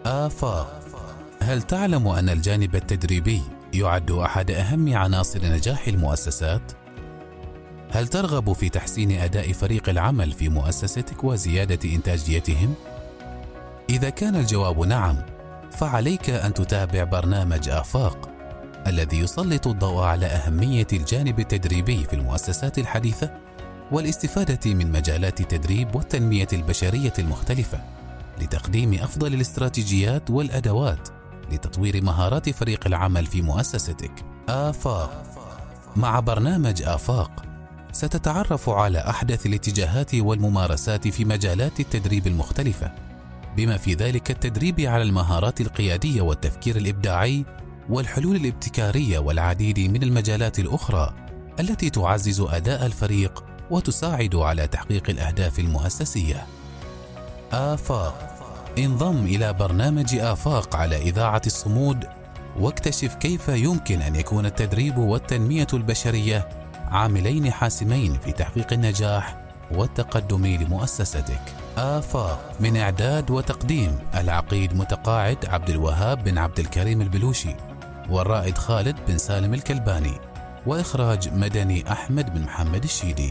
آفاق. هل تعلم أن الجانب التدريبي يعد أحد أهم عناصر نجاح المؤسسات؟ هل ترغب في تحسين أداء فريق العمل في مؤسستك وزيادة إنتاجيتهم؟ إذا كان الجواب نعم، فعليك أن تتابع برنامج آفاق الذي يسلط الضوء على أهمية الجانب التدريبي في المؤسسات الحديثة والاستفادة من مجالات التدريب والتنمية البشرية المختلفة لتقديم أفضل الاستراتيجيات والأدوات لتطوير مهارات فريق العمل في مؤسستك. آفاق. مع برنامج آفاق ستتعرف على أحدث الاتجاهات والممارسات في مجالات التدريب المختلفة، بما في ذلك التدريب على المهارات القيادية والتفكير الإبداعي والحلول الابتكارية والعديد من المجالات الأخرى التي تعزز أداء الفريق وتساعد على تحقيق الأهداف المؤسسية. آفاق. انضم إلى برنامج آفاق على إذاعة الصمود واكتشف كيف يمكن أن يكون التدريب والتنمية البشرية عاملين حاسمين في تحقيق النجاح والتقدم لمؤسستك. آفاق. من إعداد وتقديم العقيد متقاعد عبد الوهاب بن عبد الكريم البلوشي، والرائد خالد بن سالم الكلباني، وإخراج مدني أحمد بن محمد الشيدي.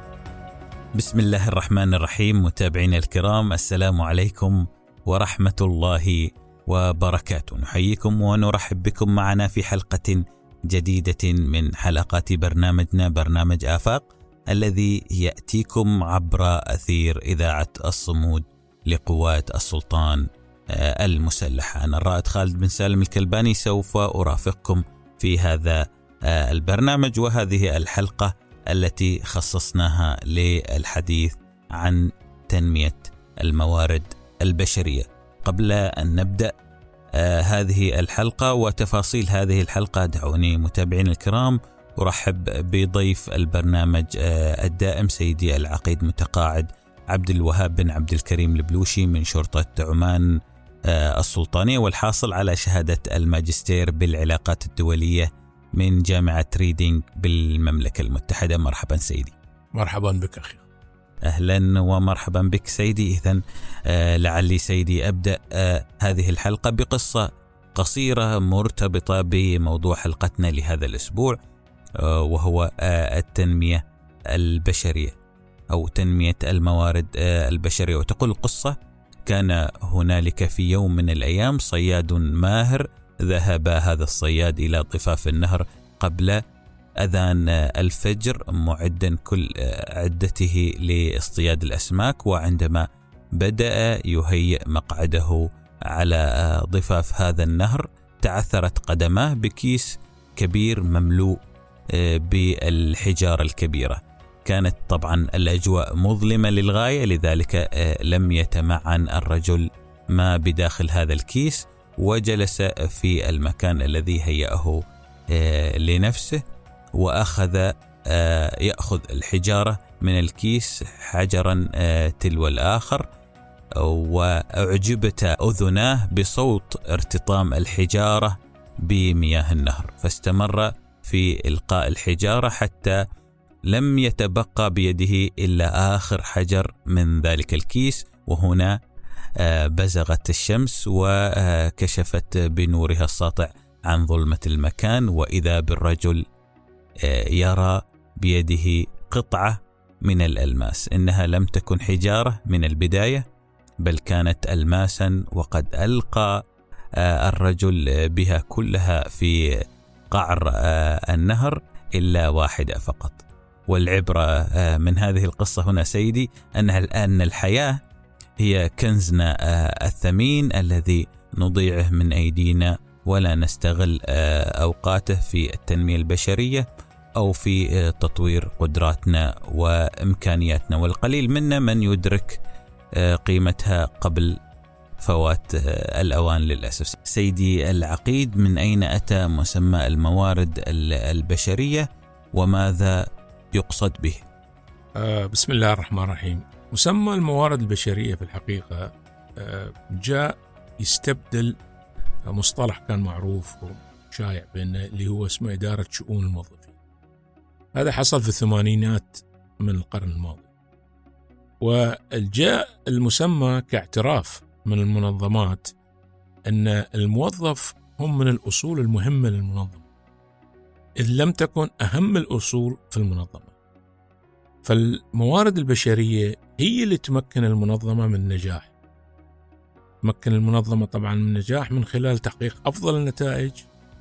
بسم الله الرحمن الرحيم. متابعينا الكرام، السلام عليكم ورحمة الله وبركاته. نحييكم ونرحب بكم معنا في حلقة جديدة من حلقات برنامجنا برنامج آفاق، الذي يأتيكم عبر أثير إذاعة الصمود لقوات السلطان المسلحة. أنا الرائد خالد بن سالم الكلباني سوف أرافقكم في هذا البرنامج وهذه الحلقة التي خصصناها للحديث عن تنمية الموارد البشرية. قبل أن نبدأ هذه الحلقة وتفاصيل هذه الحلقة، دعوني متابعين الكرام أرحب بضيف البرنامج الدائم سيدي العقيد متقاعد عبد الوهاب بن عبد الكريم البلوشي من شرطة عمان السلطانية، والحاصل على شهادة الماجستير بالعلاقات الدولية من جامعة ريدينغ بالمملكة المتحدة. مرحبا سيدي. مرحبا بك أخي. أهلا ومرحبا بك سيدي. إذن لعلي سيدي أبدأ هذه الحلقة بقصة قصيرة مرتبطة بموضوع حلقتنا لهذا الأسبوع، وهو التنمية البشرية أو تنمية الموارد البشرية. وتقول القصة: كان هنالك في يوم من الأيام صياد ماهر، ذهب هذا الصياد إلى ضفاف النهر قبل أذان الفجر معدا كل عدته لاصطياد الأسماك، وعندما بدأ يهيئ مقعده على ضفاف هذا النهر تعثرت قدماه بكيس كبير مملوء بالحجارة الكبيرة. كانت طبعا الأجواء مظلمة للغاية، لذلك لم يتمعن الرجل ما بداخل هذا الكيس، وجلس في المكان الذي هيأه لنفسه، وأخذ يأخذ الحجارة من الكيس حجرا تلو الآخر، وأعجبت أذناه بصوت ارتطام الحجارة بمياه النهر، فاستمر في إلقاء الحجارة حتى لم يتبقى بيده إلا آخر حجر من ذلك الكيس. وهنا بزغت الشمس وكشفت بنورها الساطع عن ظلمة المكان، وإذا بالرجل يرى بيده قطعة من الألماس. إنها لم تكن حجارة من البداية، بل كانت ألماسا، وقد ألقى الرجل بها كلها في قعر النهر إلا واحدة فقط. والعبرة من هذه القصة هنا سيدي أن الحياة هي كنزنا الثمين الذي نضيعه من أيدينا ولا نستغل أوقاته في التنمية البشرية أو في تطوير قدراتنا وإمكانياتنا، والقليل منا من يدرك قيمتها قبل فوات الأوان للأسف. سيدي العقيد، من أين أتى مسمى الموارد البشرية وماذا يقصد به؟ بسم الله الرحمن الرحيم. مسمى الموارد البشرية في الحقيقة جاء يستبدل مصطلح كان معروف وشائع بيننا اللي هو اسمه إدارة شؤون الموظفين. هذا حصل في الثمانينات من القرن الماضي، وجاء المسمى كاعتراف من المنظمات أن الموظف هم من الأصول المهمة للمنظمة، إذ لم تكن أهم الأصول في المنظمة. فالموارد البشرية هي اللي تمكن المنظمة من النجاح. تمكن المنظمة طبعا من النجاح من خلال تحقيق أفضل النتائج.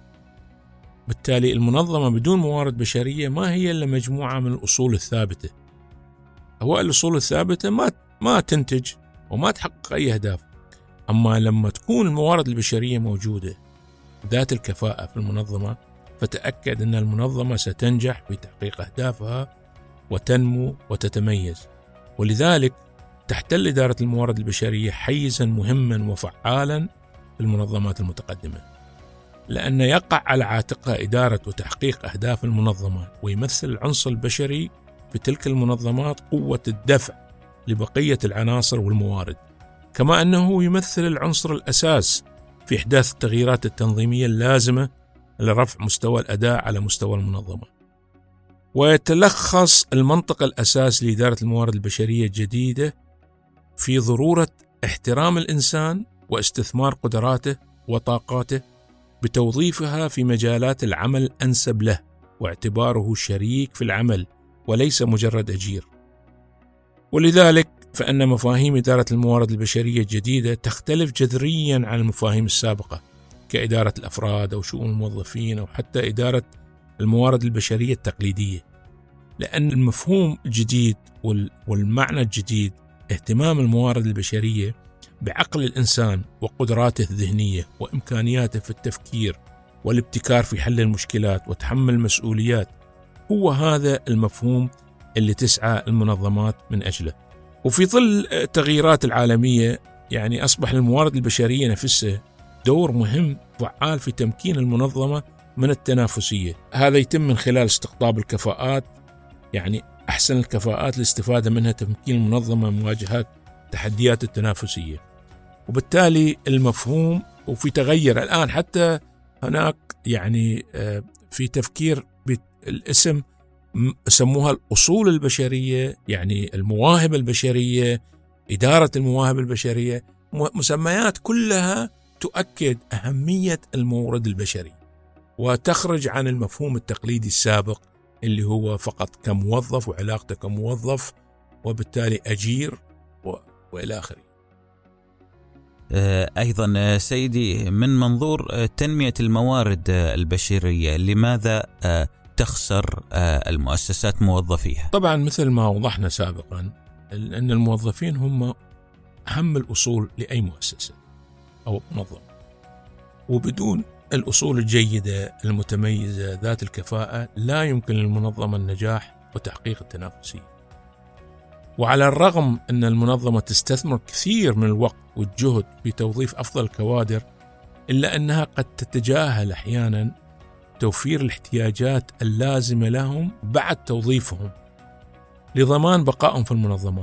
بالتالي المنظمة بدون موارد بشرية ما هي إلا مجموعة من الأصول الثابتة. هو الأصول الثابتة ما تنتج وما تحقق أي أهداف. أما لما تكون الموارد البشرية موجودة ذات الكفاءة في المنظمة، فتأكد أن المنظمة ستنجح في تحقيق أهدافها وتنمو وتتميز. ولذلك تحتل إدارة الموارد البشرية حيزا مهما وفعالا في المنظمات المتقدمة، لأن يقع على عاتقها إدارة وتحقيق أهداف المنظمة، ويمثل العنصر البشري في تلك المنظمات قوة الدفع لبقية العناصر والموارد، كما أنه يمثل العنصر الأساس في إحداث التغييرات التنظيمية اللازمة لرفع مستوى الأداء على مستوى المنظمة. ويتلخص المنطق الأساس لإدارة الموارد البشرية الجديدة في ضرورة احترام الإنسان واستثمار قدراته وطاقاته بتوظيفها في مجالات العمل الأنسب له، واعتباره شريك في العمل وليس مجرد أجير. ولذلك فإن مفاهيم إدارة الموارد البشرية الجديدة تختلف جذريا عن المفاهيم السابقة كإدارة الأفراد أو شؤون الموظفين أو حتى إدارة الموارد البشرية التقليدية، لأن المفهوم الجديد والمعنى الجديد اهتمام الموارد البشرية بعقل الإنسان وقدراته الذهنية وإمكانياته في التفكير والابتكار في حل المشكلات وتحمل المسؤوليات، هو هذا المفهوم اللي تسعى المنظمات من أجله. وفي ظل التغييرات العالمية يعني أصبح الموارد البشرية نفسها دور مهم فعال في تمكين المنظمة من التنافسية. هذا يتم من خلال استقطاب الكفاءات، يعني أحسن الكفاءات الاستفادة منها تمكين المنظمة من مواجهة تحديات التنافسية. وبالتالي المفهوم وفي تغير الآن حتى هناك يعني في تفكير بالاسم سموها الأصول البشرية، يعني المواهب البشرية، إدارة المواهب البشرية، مسميات كلها تؤكد أهمية المورد البشري وتخرج عن المفهوم التقليدي السابق اللي هو فقط كموظف وعلاقته كموظف وبالتالي أجير وإلى آخره. أيضا سيدي من منظور تنمية الموارد البشرية، لماذا تخسر المؤسسات موظفيها؟ طبعا مثل ما وضحنا سابقا أن الموظفين هم أهم الأصول لأي مؤسسة أو منظمة، وبدون الأصول الجيدة المتميزة ذات الكفاءة لا يمكن للمنظمة النجاح وتحقيق التنافسية. وعلى الرغم أن المنظمة تستثمر كثير من الوقت والجهد في توظيف أفضل الكوادر، إلا أنها قد تتجاهل أحيانا توفير الاحتياجات اللازمة لهم بعد توظيفهم لضمان بقائهم في المنظمة.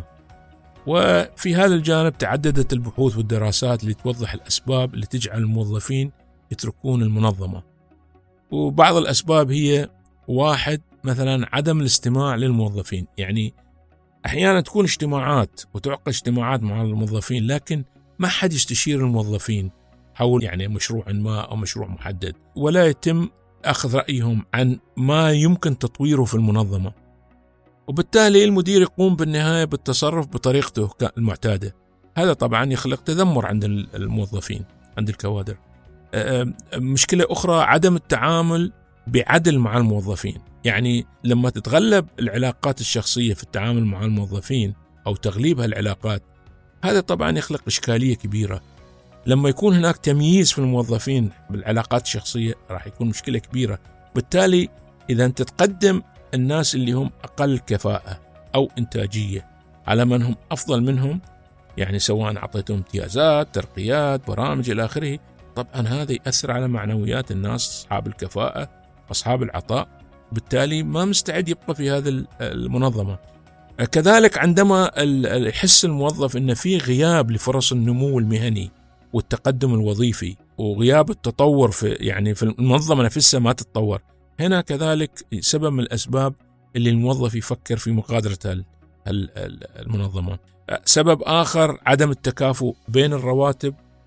وفي هذا الجانب تعددت البحوث والدراسات اللي توضح الأسباب اللي تجعل الموظفين يتركون المنظمة. وبعض الأسباب هي: واحد، مثلا عدم الاستماع للموظفين. يعني أحيانا تكون اجتماعات وتعقد اجتماعات مع الموظفين لكن ما حد يستشير الموظفين حول يعني مشروع ما أو مشروع محدد، ولا يتم أخذ رأيهم عن ما يمكن تطويره في المنظمة. وبالتالي المدير يقوم بالنهاية بالتصرف بطريقته المعتادة. هذا طبعا يخلق تذمر عند الموظفين، عند الكوادر. مشكلة أخرى عدم التعامل بعدل مع الموظفين. يعني لما تتغلب العلاقات الشخصية في التعامل مع الموظفين أو تغليبها العلاقات، هذا طبعا يخلق إشكالية كبيرة. لما يكون هناك تمييز في الموظفين بالعلاقات الشخصية راح يكون مشكلة كبيرة. بالتالي إذا أنت تقدم الناس اللي هم أقل كفاءة أو إنتاجية على من هم أفضل منهم، يعني سواء أعطيتهم امتيازات، ترقيات، برامج إلى آخره، طبعا هذا يأثر على معنويات الناس أصحاب الكفاءة، أصحاب العطاء، بالتالي ما مستعد يبقى في هذا المنظمة. كذلك عندما يحس الموظف أن في غياب لفرص النمو المهني والتقدم الوظيفي وغياب التطور في المنظمة نفسها ما تتطور، هنا كذلك سبب من الأسباب اللي الموظف يفكر في مغادرة المنظمة. سبب آخر عدم التكافؤ بين الرواتب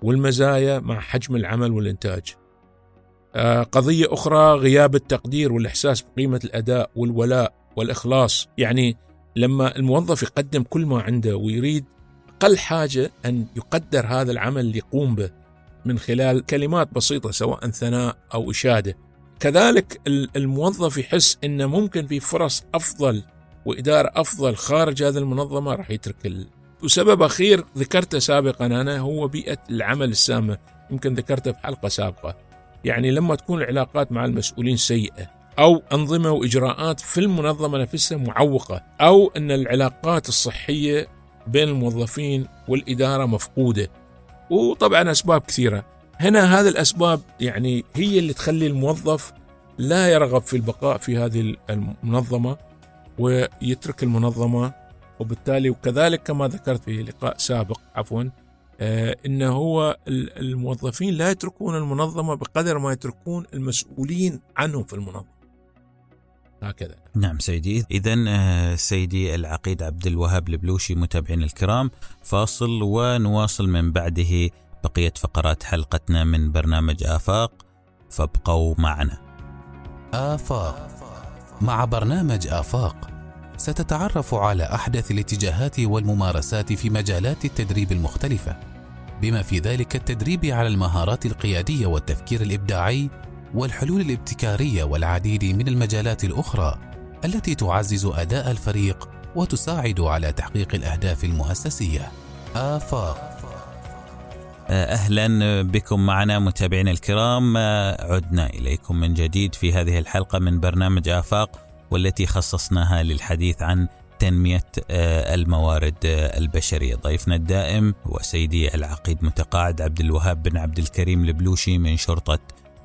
والمزايا مع حجم العمل والإنتاج. قضية أخرى غياب التقدير والإحساس بقيمة الأداء والولاء والإخلاص. يعني لما الموظف يقدم كل ما عنده ويريد أقل حاجة أن يقدر هذا العمل اللي يقوم به من خلال كلمات بسيطة سواء ثناء أو إشادة. كذلك الموظف يحس أنه ممكن في فرص أفضل وإدارة أفضل خارج هذه المنظمة، راح يترك وسبب أخير ذكرته سابقا أنا هو بيئة العمل السامة، يمكن ذكرته في حلقة سابقة. يعني لما تكون العلاقات مع المسؤولين سيئة، أو أنظمة وإجراءات في المنظمة نفسها معوقة، أو أن العلاقات الصحية بين الموظفين والإدارة مفقودة، وطبعا أسباب كثيرة. هنا هذه الأسباب يعني هي اللي تخلي الموظف لا يرغب في البقاء في هذه المنظمة ويترك المنظمة. وبالتالي وكذلك كما ذكرت في لقاء سابق إنه هو الموظفين لا يتركون المنظمة بقدر ما يتركون المسؤولين عنهم في المنظمة. هكذا. نعم سيدي. إذن سيدي العقيد عبد الوهاب البلوشي، متابعين الكرام، فاصل ونواصل من بعده بقية فقرات حلقتنا من برنامج آفاق، فابقوا معنا. آفاق. مع برنامج آفاق ستتعرف على أحدث الاتجاهات والممارسات في مجالات التدريب المختلفة، بما في ذلك التدريب على المهارات القيادية والتفكير الإبداعي والحلول الابتكارية والعديد من المجالات الأخرى التي تعزز أداء الفريق وتساعد على تحقيق الأهداف المؤسسية. آفاق. أهلا بكم معنا متابعين الكرام، عدنا إليكم من جديد في هذه الحلقة من برنامج آفاق، والتي خصصناها للحديث عن تنمية الموارد البشرية. ضيفنا الدائم هو سيدي العقيد متقاعد عبد الوهاب بن عبد الكريم البلوشي من شرطة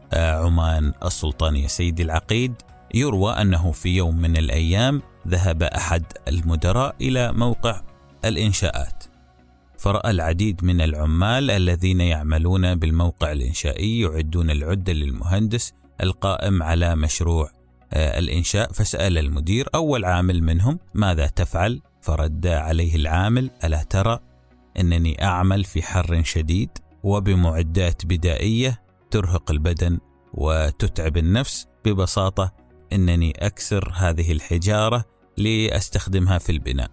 عمان السلطانية. سيدي العقيد، يروى أنه في يوم من الأيام ذهب أحد المدراء إلى موقع الإنشاءات، فرأى العديد من العمال الذين يعملون بالموقع الإنشائي يعدون العدة للمهندس القائم على مشروع الإنشاء، فسأل المدير أول عامل منهم: ماذا تفعل؟ فرد عليه العامل: ألا ترى أنني أعمل في حر شديد وبمعدات بدائية ترهق البدن وتتعب النفس، ببساطة أنني أكسر هذه الحجارة لأستخدمها في البناء.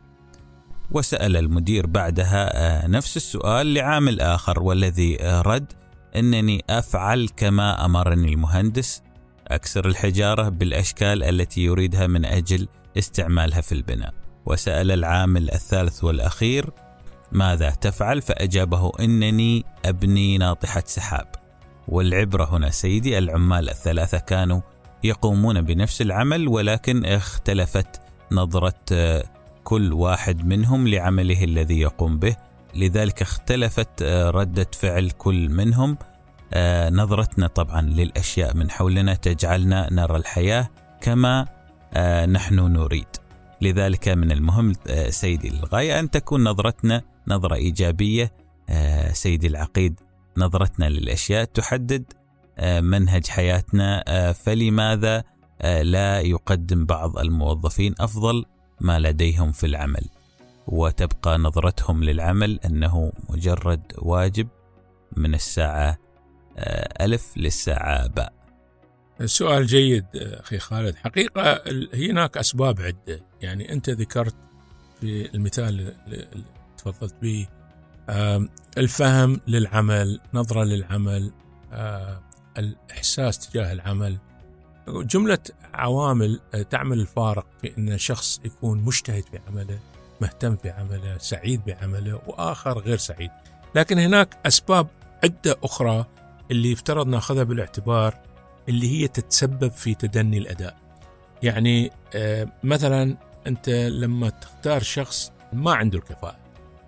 وسأل المدير بعدها نفس السؤال لعامل آخر، والذي رد: أنني أفعل كما أمرني المهندس، أكسر الحجارة بالأشكال التي يريدها من أجل استعمالها في البناء. وسأل العامل الثالث والأخير: ماذا تفعل؟ فأجابه: إنني أبني ناطحة سحاب. والعبرة هنا سيدي، العمال الثلاثة كانوا يقومون بنفس العمل، ولكن اختلفت نظرة كل واحد منهم لعمله الذي يقوم به، لذلك اختلفت ردة فعل كل منهم. نظرتنا طبعا للأشياء من حولنا تجعلنا نرى الحياة كما نحن نريد، لذلك من المهم سيدي للغاية أن تكون نظرتنا نظرة إيجابية. سيدي العقيد، نظرتنا للأشياء تحدد منهج حياتنا، فلماذا لا يقدم بعض الموظفين أفضل ما لديهم في العمل، وتبقى نظرتهم للعمل أنه مجرد واجب من الساعة ألف للساعة باء؟ السؤال جيد أخي خالد. حقيقة هناك أسباب عدة، يعني أنت ذكرت في المثال اللي تفضلت به الفهم للعمل، نظرة للعمل، الإحساس تجاه العمل، جملة عوامل تعمل الفارق في أن شخص يكون مجتهد في عمله، مهتم في عمله، سعيد بعمله، وآخر غير سعيد. لكن هناك أسباب عدة أخرى اللي يفترض ناخذها بالاعتبار، اللي هي تتسبب في تدني الأداء. يعني مثلا أنت لما تختار شخص ما عنده الكفاءة،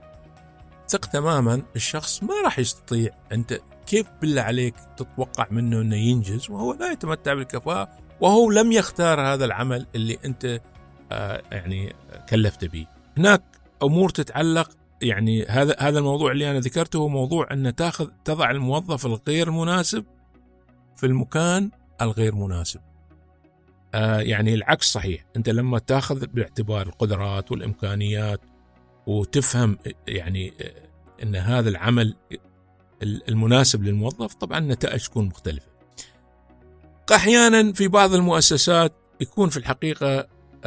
ثق تماما الشخص ما راح يستطيع. أنت كيف بالله عليك تتوقع منه أنه ينجز وهو لا يتمتع بالكفاءة، وهو لم يختار هذا العمل اللي أنت يعني كلفت به؟ هناك أمور تتعلق، يعني هذا الموضوع اللي أنا ذكرته هو موضوع أن تضع الموظف الغير مناسب في المكان الغير مناسب. يعني العكس صحيح، أنت لما تأخذ باعتبار القدرات والإمكانيات وتفهم يعني أن هذا العمل المناسب للموظف، طبعا النتائج تكون مختلفة. أحيانا في بعض المؤسسات يكون في الحقيقة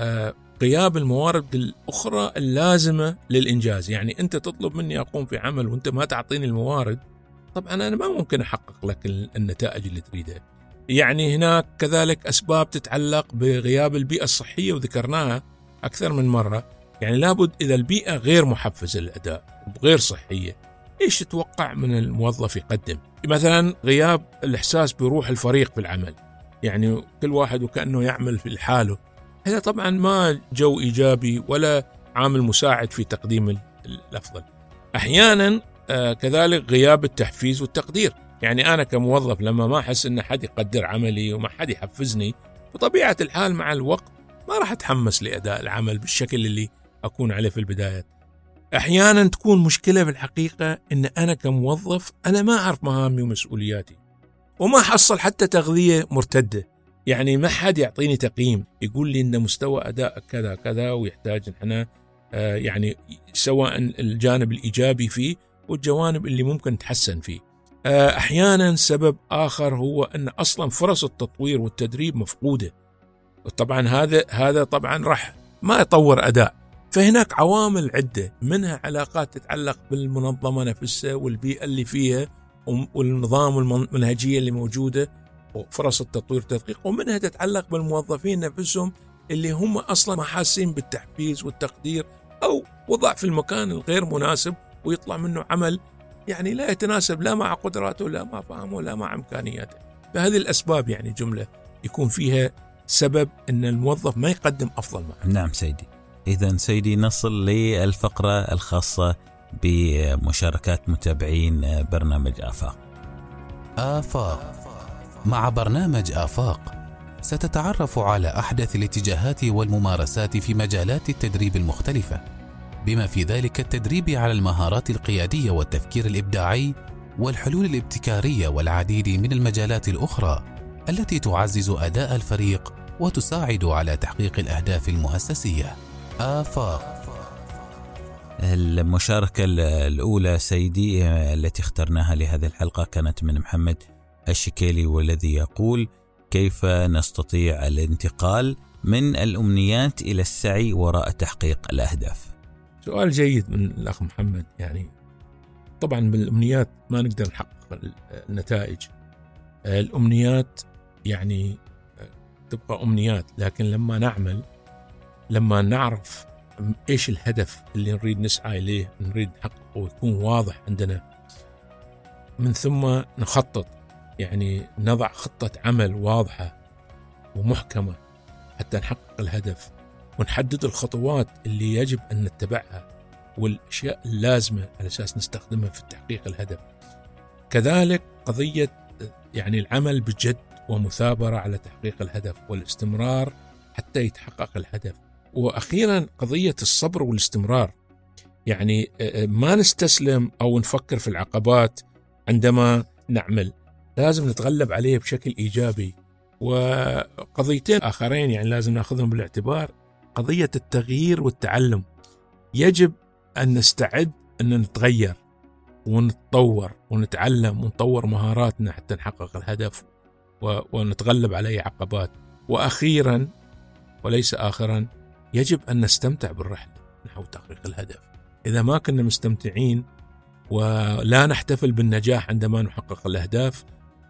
غياب الموارد الأخرى اللازمة للإنجاز. يعني أنت تطلب مني أقوم في عمل وأنت ما تعطيني الموارد، طبعا أنا ما ممكن أحقق لك النتائج اللي تريدها. يعني هناك كذلك أسباب تتعلق بغياب البيئة الصحية، وذكرناها أكثر من مرة. يعني لابد إذا البيئة غير محفزة للأداء وغير صحية، إيش تتوقع من الموظف يقدم؟ مثلا غياب الإحساس بروح الفريق في العمل، يعني كل واحد وكأنه يعمل في حاله، هذا طبعا ما جو إيجابي ولا عامل مساعد في تقديم الأفضل. أحيانا كذلك غياب التحفيز والتقدير. يعني أنا كموظف لما ما أحس أن حد يقدر عملي وما حد يحفزني، بطبيعة الحال مع الوقت ما راح أتحمس لأداء العمل بالشكل اللي أكون عليه في البداية. أحيانا تكون مشكلة في الحقيقة أن أنا كموظف أنا ما أعرف مهامي ومسؤولياتي، وما حصل حتى تغذية مرتدة. يعني ما حد يعطيني تقييم يقول لي أن مستوى أداء كذا كذا ويحتاج إحنا يعني سواء الجانب الإيجابي فيه والجوانب اللي ممكن تحسن فيه. أحيانا سبب آخر هو أن أصلا فرص التطوير والتدريب مفقودة، طبعا هذا طبعا راح ما يطور أداء. فهناك عوامل عدة، منها علاقات تتعلق بالمنظمة نفسها والبيئة اللي فيها والنظام والمنهجية اللي موجودة وفرص التطوير والتدقيق، ومنها تتعلق بالموظفين نفسهم اللي هم أصلا ما حاسين بالتحفيز والتقدير، أو وضع في المكان الغير مناسب ويطلع منه عمل يعني لا يتناسب لا مع قدراته لا مع فهمه لا مع إمكانياته. فهذه الأسباب يعني جملة يكون فيها سبب أن الموظف ما يقدم أفضل ما. نعم سيدي. إذن سيدي نصل للفقرة الخاصة بمشاركات متابعين برنامج آفاق. آفاق. مع برنامج آفاق ستتعرف على أحدث الاتجاهات والممارسات في مجالات التدريب المختلفة، بما في ذلك التدريب على المهارات القيادية والتفكير الإبداعي والحلول الابتكارية والعديد من المجالات الأخرى التي تعزز أداء الفريق وتساعد على تحقيق الأهداف المؤسسية. آفاق. المشاركة الأولى سيدي التي اخترناها لهذه الحلقة كانت من محمد الشكيلي، والذي يقول: كيف نستطيع الانتقال من الأمنيات إلى السعي وراء تحقيق الأهداف؟ سؤال جيد من الأخ محمد. يعني طبعا بالأمنيات ما نقدر نحقق النتائج. الأمنيات يعني تبقى أمنيات، لكن لما نعمل، لما نعرف إيش الهدف اللي نريد نسعى إليه نريد نحققه ويكون واضح عندنا، من ثم نخطط، يعني نضع خطة عمل واضحة ومحكمة حتى نحقق الهدف، ونحدد الخطوات اللي يجب أن نتبعها والأشياء اللازمة على أساس نستخدمها في تحقيق الهدف. كذلك قضية يعني العمل بجد ومثابرة على تحقيق الهدف والاستمرار حتى يتحقق الهدف. وأخيرا قضية الصبر والاستمرار، يعني ما نستسلم أو نفكر في العقبات عندما نعمل، لازم نتغلب عليه بشكل إيجابي. وقضيتين آخرين يعني لازم نأخذهم بالاعتبار، قضية التغيير والتعلم. يجب أن نستعد أن نتغير ونتطور ونتعلم ونطور مهاراتنا حتى نحقق الهدف ونتغلب على أي عقبات. وأخيرا وليس آخرا، يجب أن نستمتع بالرحلة نحو تحقيق الهدف. إذا ما كنا مستمتعين ولا نحتفل بالنجاح عندما نحقق الأهداف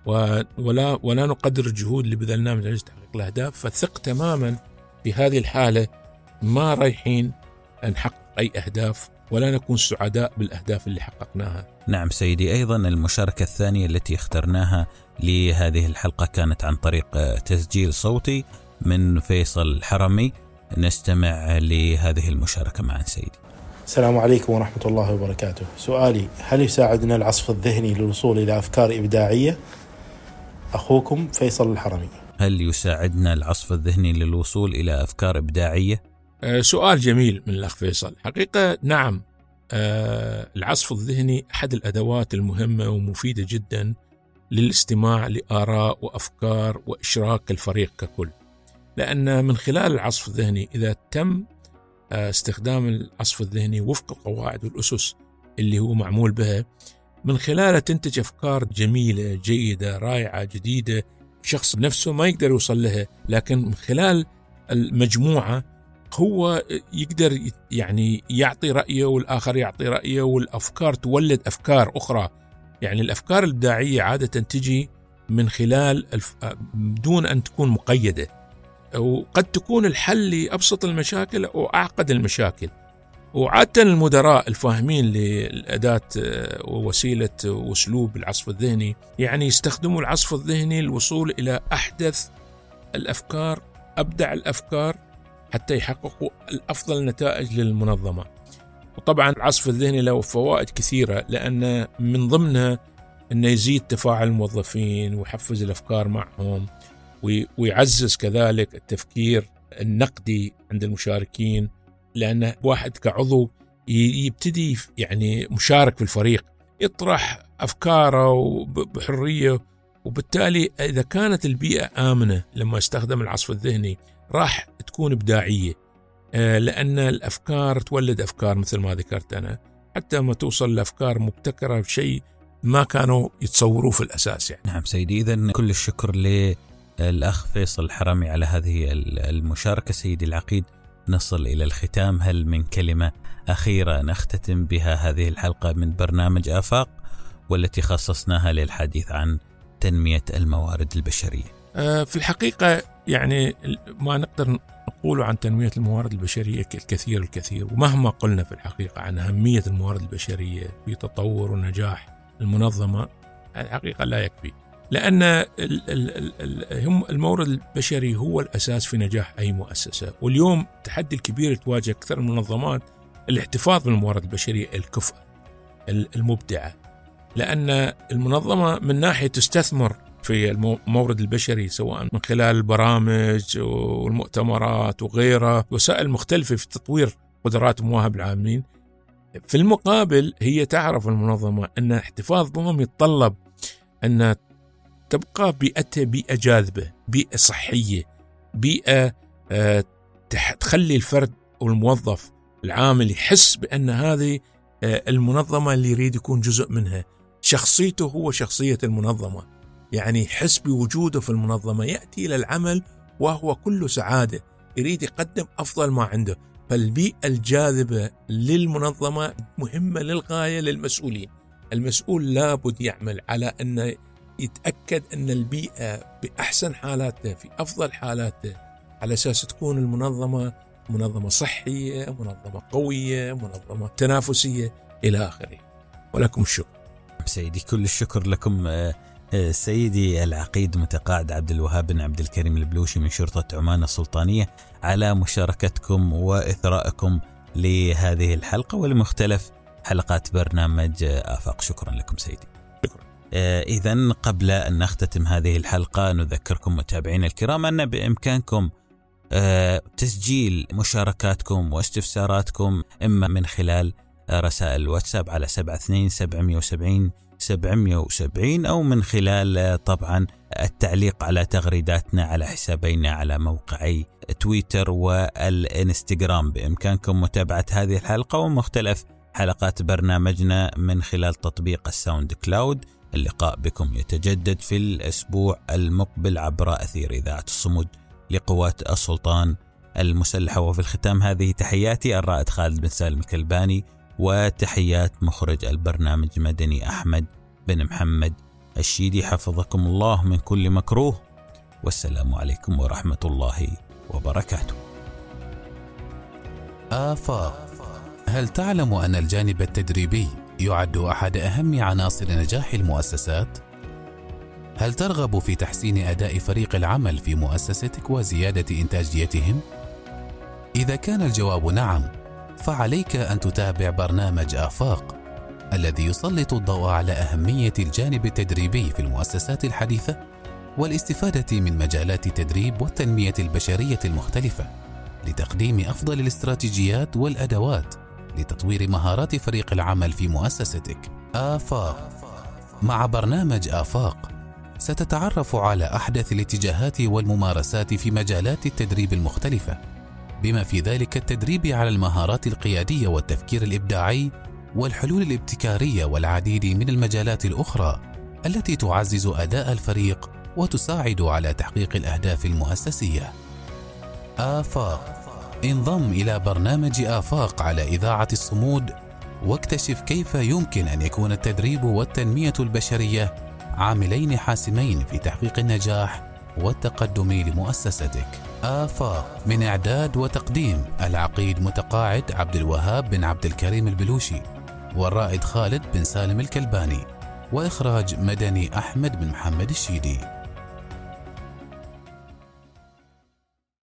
ولا نقدر الجهود اللي بذلناها من أجل تحقيق الأهداف، فثق تماما في هذه الحالة ما رايحين نحقق أي أهداف ولا نكون سعداء بالأهداف اللي حققناها. نعم سيدي. أيضا المشاركة الثانية التي اخترناها لهذه الحلقة كانت عن طريق تسجيل صوتي من فيصل الحرمي. نستمع لهذه المشاركة معا سيدي. السلام عليكم ورحمة الله وبركاته. سؤالي: هل يساعدنا العصف الذهني للوصول إلى أفكار إبداعية؟ أخوكم فيصل الحرمي. هل يساعدنا العصف الذهني للوصول إلى أفكار إبداعية؟ سؤال جميل من الأخ فيصل. حقيقة نعم، العصف الذهني أحد الأدوات المهمة ومفيدة جدا للاستماع لآراء وأفكار وإشراك الفريق ككل، لأن من خلال العصف الذهني إذا تم استخدام العصف الذهني وفق القواعد والأسس اللي هو معمول بها، من خلالها تنتج أفكار جميلة جيدة رائعة جديدة، شخص بنفسه ما يقدر يوصل لها، لكن من خلال المجموعة هو يقدر يعني يعطي رأيه والآخر يعطي رأيه، والأفكار تولد أفكار أخرى. يعني الأفكار الإبداعية عادة تجي من خلال بدون أن تكون مقيدة، وقد تكون الحل لأبسط المشاكل أو أعقد المشاكل. وعادة المدراء الفاهمين للأداة ووسيلة وأسلوب العصف الذهني يعني يستخدموا العصف الذهني للوصول إلى أحدث الأفكار، أبدع الأفكار، حتى يحققوا الأفضل نتائج للمنظمة. وطبعا العصف الذهني له فوائد كثيرة، لأن من ضمنها أنه يزيد تفاعل الموظفين ويحفز الأفكار معهم، ويعزز كذلك التفكير النقدي عند المشاركين، لأن واحد كعضو يبتدي يعني مشارك في الفريق، يطرح أفكاره بحرية، وبالتالي إذا كانت البيئة آمنة لما يستخدم العصف الذهني راح تكون إبداعية، لأن الأفكار تولد أفكار مثل ما ذكرت أنا، حتى ما توصل لأفكار مبتكرة بشيء ما كانوا يتصوروه في الأساس يعني. نعم سيدي، إذن كل الشكر للأخ فيصل الحرامي على هذه المشاركة. سيدي العقيد، نصل إلى الختام، هل من كلمة أخيرة نختتم بها هذه الحلقة من برنامج آفاق، والتي خصصناها للحديث عن تنمية الموارد البشرية؟ في الحقيقة يعني ما نقدر نقول عن تنمية الموارد البشرية الكثير، ومهما قلنا في الحقيقة عن أهمية الموارد البشرية في تطور ونجاح المنظمة، الحقيقة لا يكفي، لأن المورد البشري هو الأساس في نجاح أي مؤسسة. واليوم التحدي الكبير تواجه أكثر المنظمات الاحتفاظ بالموارد البشرية الكفء المبدعة، لأن المنظمة من ناحية تستثمر في المورد البشري سواء من خلال البرامج والمؤتمرات وغيرها، وسائل مختلفة في تطوير قدرات ومواهب العاملين. في المقابل هي تعرف المنظمة أن احتفاظ بهم يتطلب أن تبقى بيئتها بيئة جاذبة، بيئة صحية، بيئة تخلي الفرد أو الموظف العامل يحس بأن هذه المنظمة اللي يريد يكون جزء منها، شخصيته هو شخصية المنظمة، يعني يحس بوجوده في المنظمة، يأتي إلى العمل وهو كله سعادة، يريد يقدم أفضل ما عنده. فالبيئة الجاذبة للمنظمة مهمة للغاية للمسؤولين. المسؤول لابد يعمل على أن يتأكد أن البيئة بأحسن حالاتها، في أفضل حالاتها، على أساس تكون المنظمة منظمة صحية، منظمة قوية، منظمة تنافسية إلى آخره. ولكم الشكر سيدي، كل الشكر لكم سيدي العقيد متقاعد عبد الوهاب بن عبد الكريم البلوشي من شرطة عمان السلطانية على مشاركتكم وإثرائكم لهذه الحلقة ولمختلف حلقات برنامج آفاق. شكرا لكم سيدي. إذن قبل أن نختتم هذه الحلقة نذكركم متابعين الكرام أن بإمكانكم تسجيل مشاركاتكم واستفساراتكم إما من خلال رسائل واتساب على 72-770-770 أو من خلال طبعا التعليق على تغريداتنا على حسابينا على موقعي تويتر والإنستغرام. بإمكانكم متابعة هذه الحلقة ومختلف حلقات برنامجنا من خلال تطبيق الساوند كلاود. اللقاء بكم يتجدد في الأسبوع المقبل عبر أثير إذاعة الصمود لقوات السلطان المسلحة. وفي الختام هذه تحياتي الرائد خالد بن سالم الكلباني، وتحيات مخرج البرنامج مدني أحمد بن محمد الشيدي. حفظكم الله من كل مكروه، والسلام عليكم ورحمة الله وبركاته. آفاق. هل تعلم أن الجانب التدريبي يعد أحد أهم عناصر نجاح المؤسسات؟ هل ترغب في تحسين أداء فريق العمل في مؤسستك وزيادة إنتاجيتهم؟ إذا كان الجواب نعم، فعليك أن تتابع برنامج آفاق الذي يسلط الضوء على أهمية الجانب التدريبي في المؤسسات الحديثة والاستفادة من مجالات التدريب والتنمية البشرية المختلفة لتقديم أفضل الاستراتيجيات والأدوات لتطوير مهارات فريق العمل في مؤسستك. آفاق. مع برنامج آفاق ستتعرف على أحدث الاتجاهات والممارسات في مجالات التدريب المختلفة، بما في ذلك التدريب على المهارات القيادية والتفكير الإبداعي والحلول الابتكارية والعديد من المجالات الأخرى التي تعزز أداء الفريق وتساعد على تحقيق الأهداف المؤسسية. آفاق. انضم إلى برنامج آفاق على إذاعة الصمود واكتشف كيف يمكن أن يكون التدريب والتنمية البشرية عاملين حاسمين في تحقيق النجاح والتقدم لمؤسستك. آفاق من إعداد وتقديم العقيد متقاعد عبد الوهاب بن عبد الكريم البلوشي، والرائد خالد بن سالم الكلباني، وإخراج مدني أحمد بن محمد الشيدي.